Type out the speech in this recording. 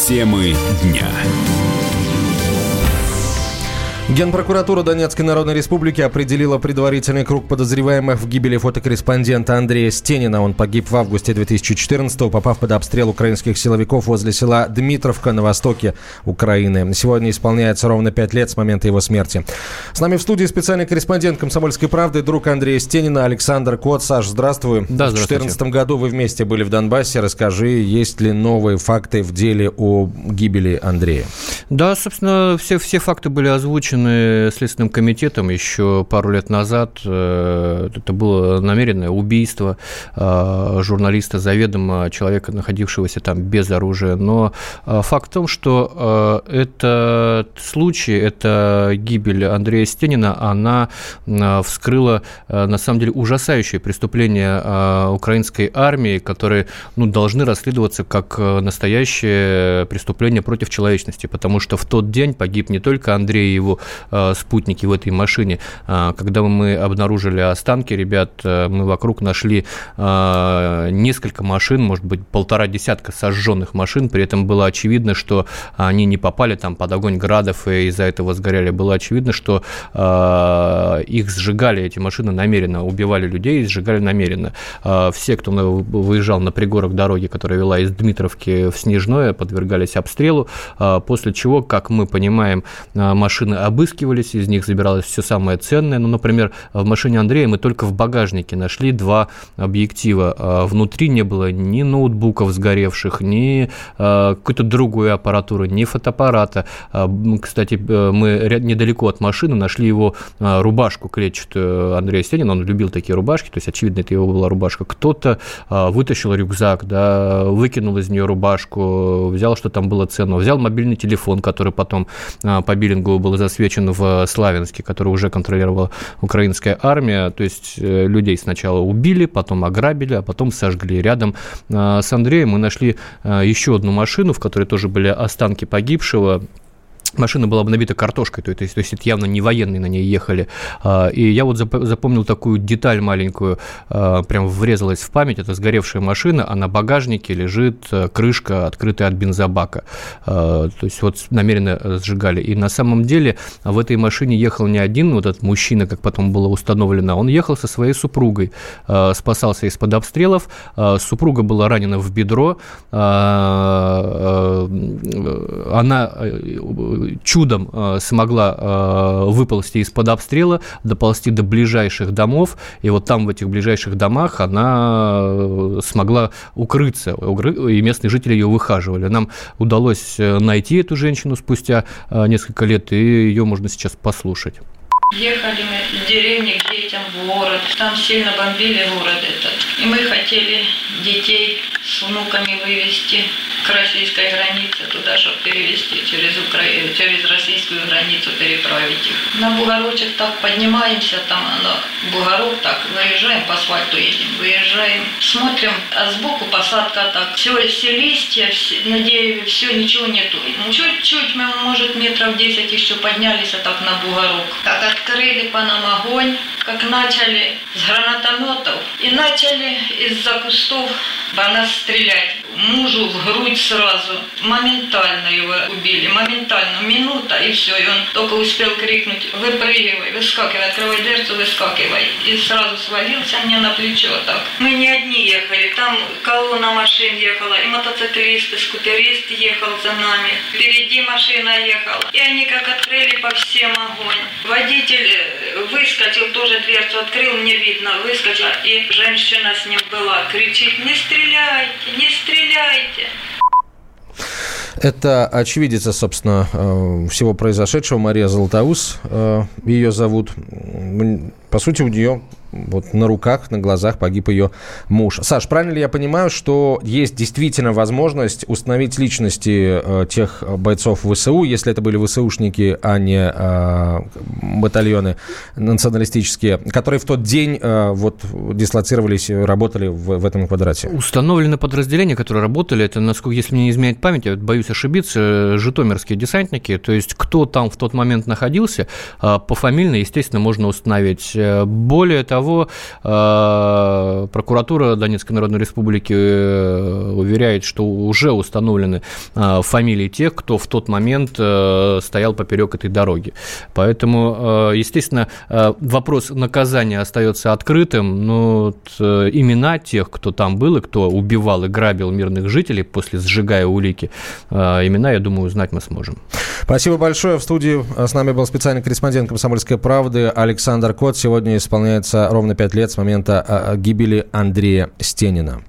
Темы дня. Генпрокуратура Донецкой Народной Республики определила предварительный круг подозреваемых в гибели фотокорреспондента Андрея Стенина. Он погиб в августе 2014-го, попав под обстрел украинских силовиков возле села Дмитровка на востоке Украины. Сегодня исполняется ровно 5 лет с момента его смерти. С нами в студии специальный корреспондент «Комсомольской правды», друг Андрея Стенина Александр Кот. Саш, здравствуй. Да, здравствуйте. В 2014 году вы вместе были в Донбассе. Расскажи, есть ли новые факты в деле о гибели Андрея? Да, собственно, все факты были озвучены Следственным комитетом еще пару лет назад. Это было намеренное убийство журналиста, заведомо человека, находившегося там без оружия. Но факт в том, что этот случай, эта гибель Андрея Стенина, она вскрыла, на самом деле, ужасающие преступления украинской армии, которые должны расследоваться как настоящее преступление против человечности, потому что в тот день погиб не только Андрей и его спутники в этой машине. Когда мы обнаружили останки ребят, мы вокруг нашли несколько машин, может быть, 1,5 десятка сожженных машин. При этом было очевидно, что они не попали там под огонь градов и из-за этого сгорели. Было очевидно, что их сжигали, эти машины намеренно, убивали людей и сжигали намеренно. Все, кто выезжал на пригорок дороги, которая вела из Дмитровки в Снежное, подвергались обстрелу, после чего, как мы понимаем, машины обыскивались, из них забиралось все самое ценное. Например, в машине Андрея мы только в багажнике нашли 2 объектива. Внутри не было ни ноутбуков сгоревших, ни какой-то другой аппаратуры, ни фотоаппарата. Кстати, мы недалеко от машины нашли его рубашку клетчатую Андрея Стенина. Он любил такие рубашки, то есть, очевидно, это его была рубашка. Кто-то вытащил рюкзак, выкинул из нее рубашку, взял, что там было ценного, взял мобильный телефон, который потом по биллингу был засвечен в Славянске, который уже контролировала украинская армия. То есть людей сначала убили, потом ограбили, а потом сожгли. Рядом с Андреем мы нашли еще одну машину, в которой тоже были останки погибшего. Машина была бы набита картошкой, то есть это явно не военные на ней ехали. И я вот запомнил такую деталь маленькую, прям врезалась в память. Это сгоревшая машина, а на багажнике лежит крышка, открытая от бензобака. То есть вот намеренно сжигали. И на самом деле в этой машине ехал не один вот этот мужчина, как потом было установлено, он ехал со своей супругой, спасался из-под обстрелов. Супруга была ранена в бедро. Она чудом смогла выползти из-под обстрела, доползти до ближайших домов, и вот там, в этих ближайших домах, она смогла укрыться, и местные жители ее выхаживали. Нам удалось найти эту женщину спустя несколько лет, и ее можно сейчас послушать. Ехали мы из деревни к детям в город. Там сильно бомбили город этот. И мы хотели детей с внуками вывезти к российской границе, туда, чтобы перевезти через российскую границу, переправить их. На бугорочек так поднимаемся, там бугорок, так выезжаем, по асфальту едем, выезжаем, смотрим, а сбоку посадка так. Все листья, на дереве, все, ничего нету. Чуть-чуть, мы, может, метров 10 еще поднялись, а так на бугорок. Так открыли по нам огонь, как начали с гранатометов, и начали из-за кустов по нас стрелять. Мужу в грудь сразу. Моментально его убили. Моментально. Минута, и все. И он только успел крикнуть: выпрыгивай, выскакивай, открывай дверцу, выскакивай. И сразу свалился мне на плечо так. Мы не одни ехали. Там колонна машин ехала. И мотоциклист, и скутерист ехал за нами. Впереди машина ехала. И они как открыли по всем огонь. Водитель выскочил, тоже дверцу открыл, мне видно, выскочил. И женщина с ним была. Кричит: не стреляйте, не стреляйте. Это очевидица, собственно, всего произошедшего. Мария Златоус, ее зовут. По сути, у нее вот на руках, на глазах погиб ее муж. Саш, правильно ли я понимаю, что есть действительно возможность установить личности тех бойцов ВСУ, если это были ВСУшники, а не батальоны националистические, которые в тот день вот дислоцировались, работали в этом квадрате? Установлены подразделения, которые работали, это, насколько, если мне не изменяет память, я боюсь ошибиться, житомирские десантники, то есть кто там в тот момент находился, пофамильно, естественно, можно установить. Более того, прокуратура Донецкой Народной Республики уверяет, что уже установлены фамилии тех, кто в тот момент стоял поперек этой дороги. Поэтому, естественно, вопрос наказания остается открытым, но имена тех, кто там был и кто убивал и грабил мирных жителей, после сжигая улики, имена, я думаю, узнать мы сможем. Спасибо большое. В студии с нами был специальный корреспондент «Комсомольской правды» Александр Кот. Сегодня исполняется ровно 5 лет с момента гибели Андрея Стенина.